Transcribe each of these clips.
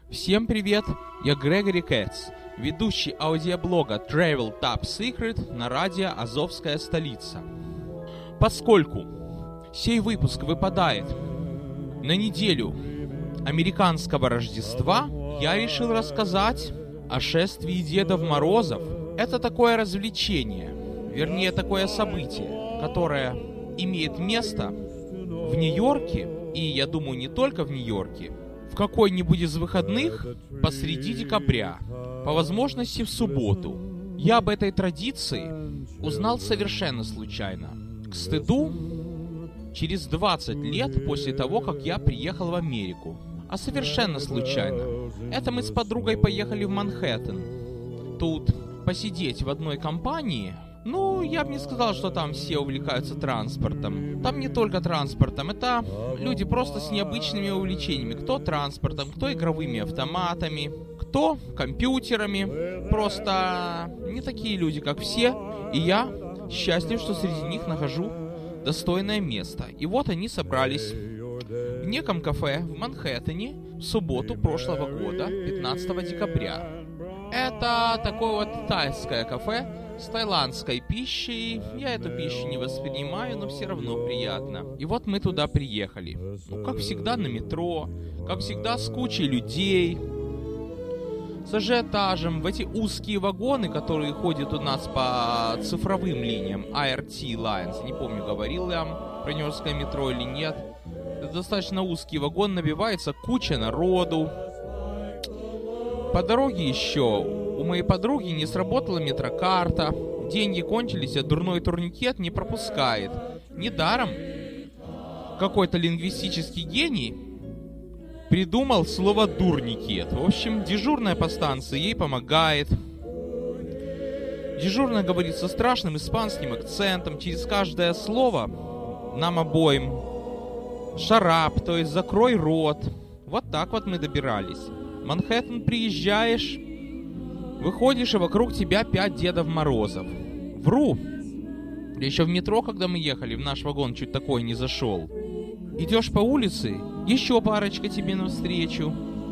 Всем привет, я Грегори Кэтс, ведущий аудиоблога Travel Top Secret на радио «Азовская столица». Поскольку сей выпуск выпадает на неделю американского Рождества, я решил рассказать о шествии Дедов Морозов. Это такое развлечение, вернее такое событие, которое имеет место в Нью-Йорке, и я думаю не только в Нью-Йорке, в какой-нибудь из выходных посреди декабря, по возможности в субботу. Я об этой традиции узнал совершенно случайно. К стыду, через 20 лет после того, как я приехал в Америку. А совершенно случайно. Это мы с подругой поехали в Манхэттен. Тут посидеть в одной компании. Ну, я бы не сказал, что там все увлекаются транспортом. Там не только транспортом, это люди просто с необычными увлечениями. Кто транспортом, кто игровыми автоматами, кто компьютерами. Просто не такие люди, как все. И я счастлив, что среди них нахожу достойное место. И вот они собрались в неком кафе в Манхэттене в субботу прошлого года, 15 декабря. Это такое вот тайское кафе с таиландской пищей. Я эту пищу не воспринимаю, но все равно приятно. И вот мы туда приехали. Ну, как всегда, на метро. Как всегда, с кучей людей. С ажиотажем. В эти узкие вагоны, которые ходят у нас по цифровым линиям. IRT Lines. Не помню, говорил я вам про нью-йоркское метро или нет. Это достаточно узкий вагон. Набивается куча народу. По дороге еще у моей подруги не сработала метрокарта, деньги кончились, а дурной турникет не пропускает. Недаром какой-то лингвистический гений придумал слово «дурникет». В общем, дежурная по станции ей помогает. Дежурная говорит со страшным испанским акцентом, через каждое слово нам обоим «шарап», то есть «закрой рот». Вот так вот мы добирались. Манхэттен приезжаешь, выходишь, и вокруг тебя 5 Дедов Морозов. Вру. Еще в метро, когда мы ехали, в наш вагон чуть такой не зашел. Идешь по улице, еще парочка тебе навстречу.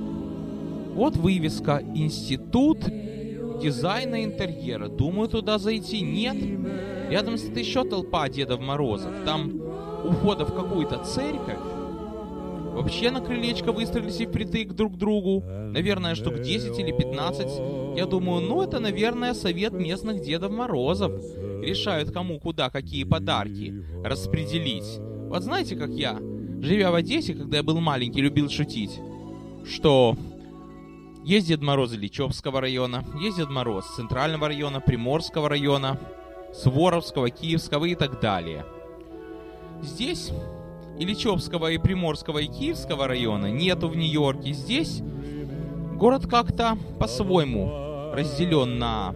Вот вывеска «Институт дизайна интерьера». Думаю, туда зайти. Нет. Рядом стоит еще толпа Дедов Морозов. Там у входа в какую-то церковь вообще на крылечко выстроились и впритык друг к другу. Наверное, штук 10 или 15. Я думаю, ну это, наверное, совет местных Дедов Морозов. Решают, кому куда какие подарки распределить. Вот знаете, как я, живя в Одессе, когда я был маленький, любил шутить, что есть Дед Мороз Ильичевского района, есть Дед Мороз Центрального района, Приморского района, Суворовского, Киевского и так далее. Здесь Ильичевского и Приморского и Киевского района нету в Нью-Йорке. Здесь город как-то по-своему разделен на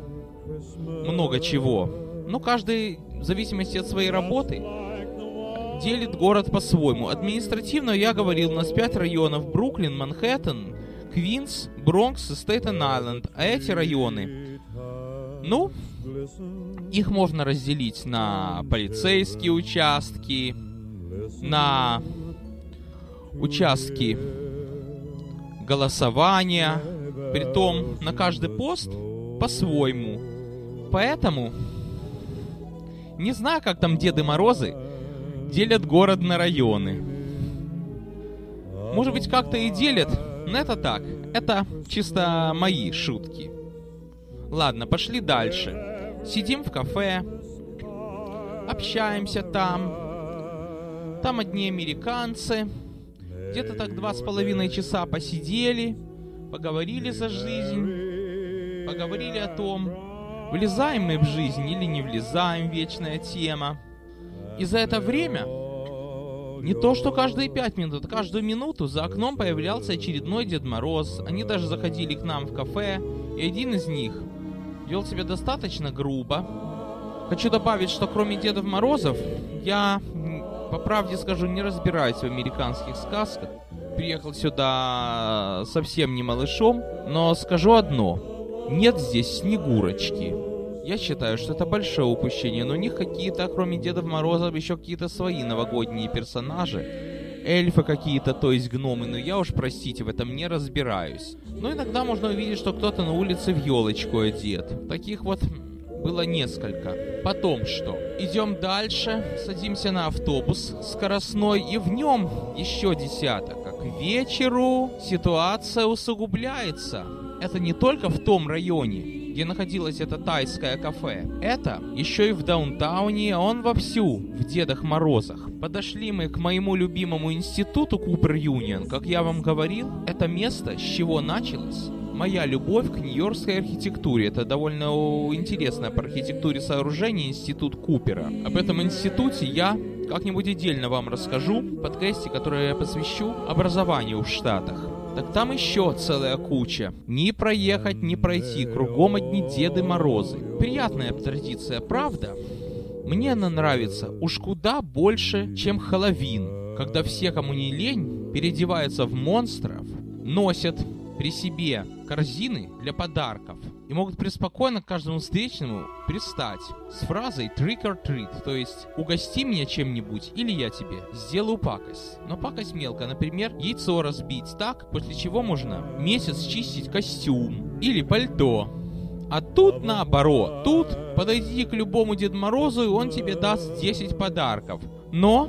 много чего. Но каждый, в зависимости от своей работы, делит город по-своему. Административно, я говорил, у нас 5 районов: Бруклин, Манхэттен, Квинс, Бронкс и Стейтен-Айленд. А эти районы, ну, их можно разделить на полицейские участки, на участки голосования, притом на каждый пост по-своему. Поэтому не знаю, как там Деды Морозы делят город на районы. Может быть, как-то и делят, но это так. Это чисто мои шутки. Ладно, пошли дальше. Сидим в кафе, общаемся там. Там одни американцы. Где-то так 2,5 часа посидели, поговорили за жизнь, поговорили о том, влезаем мы в жизнь или не влезаем, вечная тема. И за это время, не то что каждые 5 минут, каждую минуту за окном появлялся очередной Дед Мороз. Они даже заходили к нам в кафе, и один из них вел себя достаточно грубо. Хочу добавить, что кроме Дедов Морозов, я, по правде скажу, не разбираюсь в американских сказках. Приехал сюда совсем не малышом, но скажу одно: нет здесь Снегурочки. Я считаю, что это большое упущение, но у них какие-то, кроме Дедов Морозов, еще какие-то свои новогодние персонажи. эльфы какие-то, то есть гномы, но я уж, простите, в этом не разбираюсь. Но иногда можно увидеть, что кто-то на улице в елочку одет. Таких вот было несколько. Потом что? Идем дальше, садимся на автобус скоростной, и в нем еще десяток. А к вечеру ситуация усугубляется. Это не только в том районе, где находилось это тайское кафе. Это еще и в даунтауне, а он вовсю, в Дедах Морозах. Подошли мы к моему любимому институту Купер Юнион. Как я вам говорил, это место, с чего началась моя любовь к нью-йоркской архитектуре. Это довольно интересное по архитектуре сооружение, институт Купера. Об этом институте я как-нибудь отдельно вам расскажу в подкасте, который я посвящу образованию в Штатах. Так там еще целая куча. Ни проехать, ни пройти. Кругом одни Деды Морозы. Приятная традиция, правда? Мне она нравится уж куда больше, чем Хэллоуин, когда все, кому не лень, переодеваются в монстров, носят при себе корзины для подарков и могут преспокойно к каждому встречному пристать с фразой «trick or treat», то есть «угости меня чем-нибудь, или я тебе сделаю пакость». Но пакость мелко, например, яйцо разбить так, после чего можно месяц чистить костюм или пальто. А тут наоборот, тут подойди к любому Деду Морозу, и он тебе даст 10 подарков. Но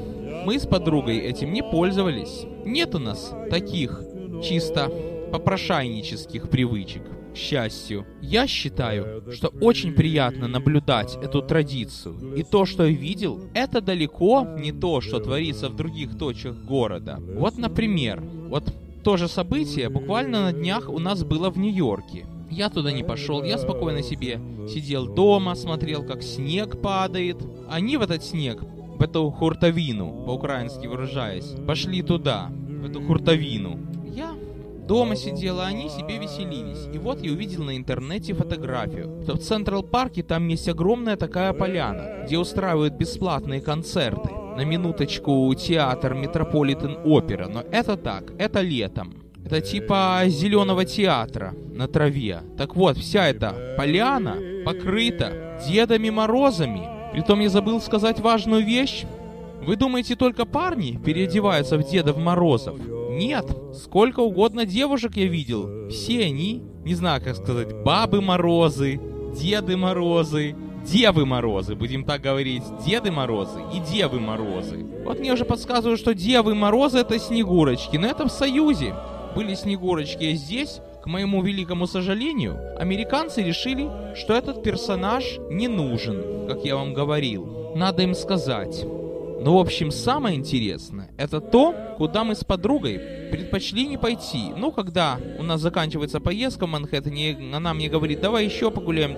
мы с подругой этим не пользовались. Нет у нас таких чисто попрошайнических привычек, к счастью. Я считаю, что очень приятно наблюдать эту традицию. И то, что я видел, это далеко не то, что творится в других точках города. Вот, например, вот то же событие буквально на днях у нас было в Нью-Йорке. Я туда не пошел, я спокойно себе сидел дома, смотрел, как снег падает. Они в этот снег, в эту хуртовину, по-украински выражаясь, пошли туда, в эту хуртовину. Я дома сидел, а они себе веселились. И вот я увидел на интернете фотографию, что в Централ-парке там есть огромная такая поляна, где устраивают бесплатные концерты. На минуточку театр Метрополитен Опера, но это так, это летом. Это типа зеленого театра на траве. Так вот, вся эта поляна покрыта Дедами Морозами. Притом я забыл сказать важную вещь. Вы думаете, только парни переодеваются в Дедов Морозов? Нет, сколько угодно девушек я видел. Все они, не знаю, как сказать, Бабы Морозы, Деды Морозы, Девы Морозы, будем так говорить, Деды Морозы и Девы Морозы. Вот мне уже подсказывают, что Девы Морозы — это Снегурочки, но это в Союзе. Были Снегурочки, а здесь, к моему великому сожалению, американцы решили, что этот персонаж не нужен, как я вам говорил. Надо им сказать. Но, в общем, самое интересное, это то, куда мы с подругой предпочли не пойти. Ну, когда у нас заканчивается поездка в Манхэттене, она мне говорит: давай еще погуляем,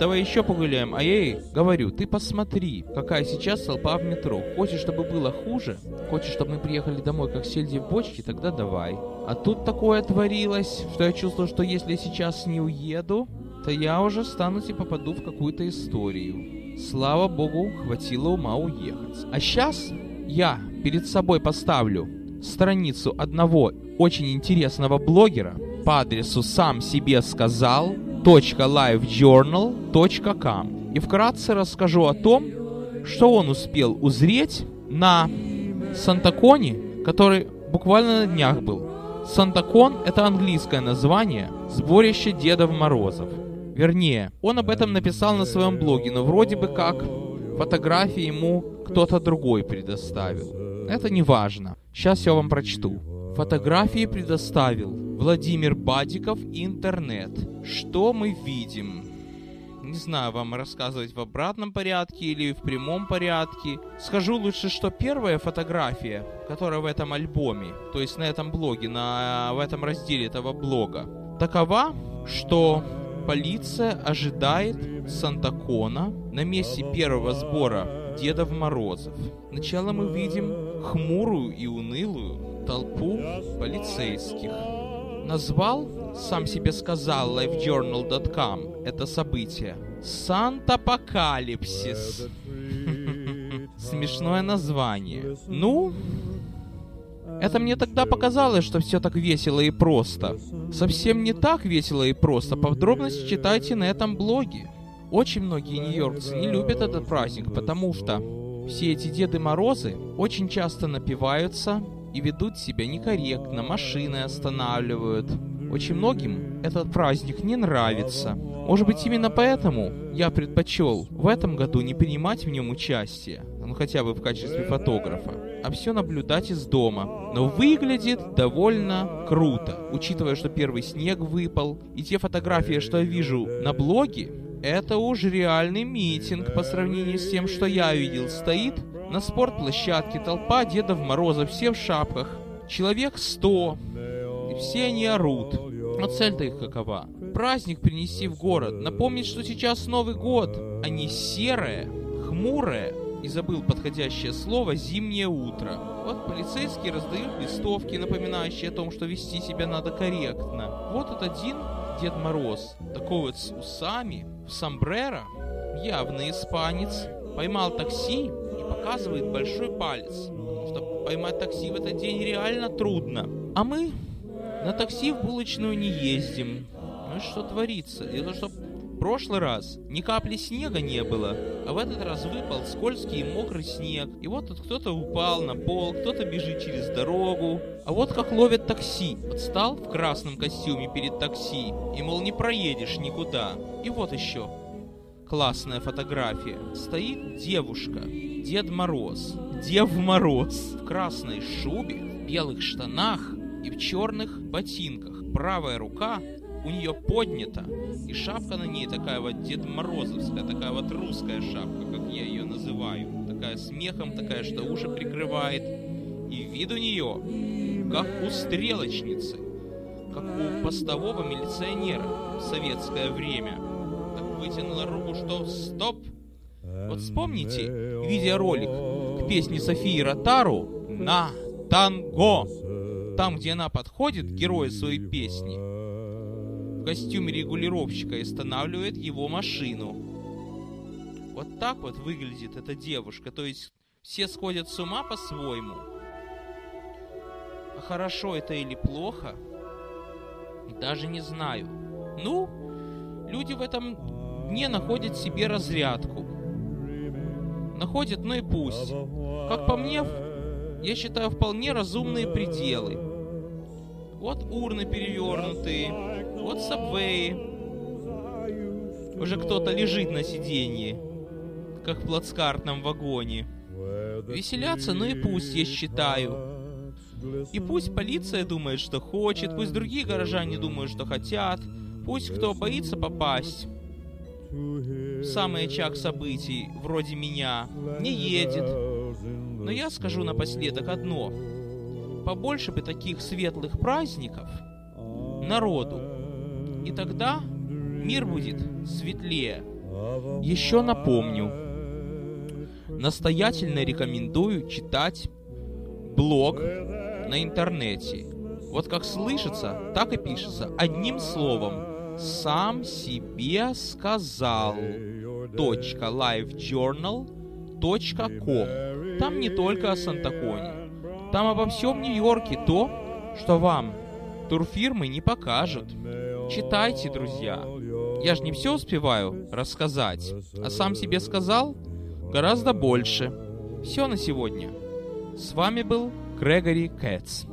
а я ей говорю: ты посмотри, какая сейчас толпа в метро. Хочешь, чтобы было хуже? Хочешь, чтобы мы приехали домой, как сельди в бочке? Тогда давай. А тут такое творилось, что я чувствую, что если я сейчас не уеду, то я уже встанусь и попаду в какую-то историю. Слава богу, хватило ума уехать. А сейчас я перед собой поставлю страницу одного очень интересного блогера по адресу samsebesказал.livejournal.com и вкратце расскажу о том, что он успел узреть на Сантаконе, который буквально на днях был. Сантакон — это английское название сборища Дедов Морозов. Вернее, он об этом написал на своем блоге, но вроде бы как фотографии ему кто-то другой предоставил. Это не важно. Сейчас я вам прочту. Фотографии предоставил Владимир Бадиков, интернет. Что мы видим? Не знаю, вам рассказывать в обратном порядке или в прямом порядке. Скажу лучше, что первая фотография, которая в этом альбоме, то есть на этом блоге, в этом разделе этого блога, такова, что полиция ожидает Сантакона на месте первого сбора Дедов Морозов. Сначала мы видим хмурую и унылую толпу полицейских. Назвал, сам себе сказал, livejournal.com это событие Сантапокалипсис. Смешное название. Ну, это мне тогда показалось, что все так весело и просто. Совсем не так весело и просто. Подробности читайте на этом блоге. Очень многие нью-йоркцы не любят этот праздник, потому что все эти Деды Морозы очень часто напиваются и ведут себя некорректно, машины останавливают. Очень многим этот праздник не нравится. Может быть, именно поэтому я предпочел в этом году не принимать в нем участие, ну хотя бы в качестве фотографа, а все наблюдать из дома. Но выглядит довольно круто, учитывая, что первый снег выпал, и те фотографии, что я вижу на блоге, это уже реальный митинг по сравнению с тем, что я видел. Стоит на спортплощадке толпа Дедов Морозов, все в шапках, человек 100, и все они орут. Но цель-то их какова? Праздник принести в город, напомнить, что сейчас Новый год, а не серое, хмурое, и забыл подходящее слово, зимнее утро. Вот полицейские раздают листовки, напоминающие о том, что вести себя надо корректно. Вот этот один Дед Мороз, такой вот с усами, в сомбреро, явный испанец, поймал такси и показывает большой палец. Потому что поймать такси в этот день реально трудно. А мы на такси в булочную не ездим. Ну и что творится? Дело в том, что в прошлый раз ни капли снега не было, а в этот раз выпал скользкий и мокрый снег. И вот тут кто-то упал на пол, кто-то бежит через дорогу. А вот как ловят такси. Вот стал в красном костюме перед такси, и, мол, не проедешь никуда. И вот еще классная фотография. Стоит девушка, Дед Мороз, Дев Мороз, в красной шубе, в белых штанах и в черных ботинках. Правая рука у нее поднята, и шапка на ней такая вот Дед Морозовская, такая вот русская шапка, как я ее называю. Такая с мехом, такая, что уши прикрывает. И вид у нее, как у стрелочницы, как у постового милиционера в советское время. Так вытянула руку, что стоп. Вот вспомните видеоролик к песне Софии Ротару «На танго». Там, где она подходит к герою своей песни, в костюме регулировщика и останавливает его машину. Вот так вот выглядит эта девушка. То есть все сходят с ума по-своему. А хорошо это или плохо, даже не знаю. Ну, люди в этом дне находят себе разрядку. Находят, ну и пусть. Как по мне, я считаю, вполне разумные пределы. Вот урны перевернутые, вот сабвеи. Уже кто-то лежит на сиденье, как в плацкартном вагоне. Веселятся, ну и пусть, я считаю. И пусть полиция думает, что хочет, пусть другие горожане думают, что хотят, пусть кто боится попасть в самый очаг событий, вроде меня, не едет. Но я скажу напоследок одно. Побольше бы таких светлых праздников народу, и тогда мир будет светлее. Еще напомню, настоятельно рекомендую читать блог на интернете. Вот как слышится, так и пишется. Одним словом, сам себе сказал. .livejournal.com. Там не только о Сантаконе. Там обо всем Нью-Йорке то, что вам турфирмы не покажут. Читайте, друзья. Я же не все успеваю рассказать, а сам себе сказал гораздо больше. Все на сегодня. С вами был Грегори Кэтс.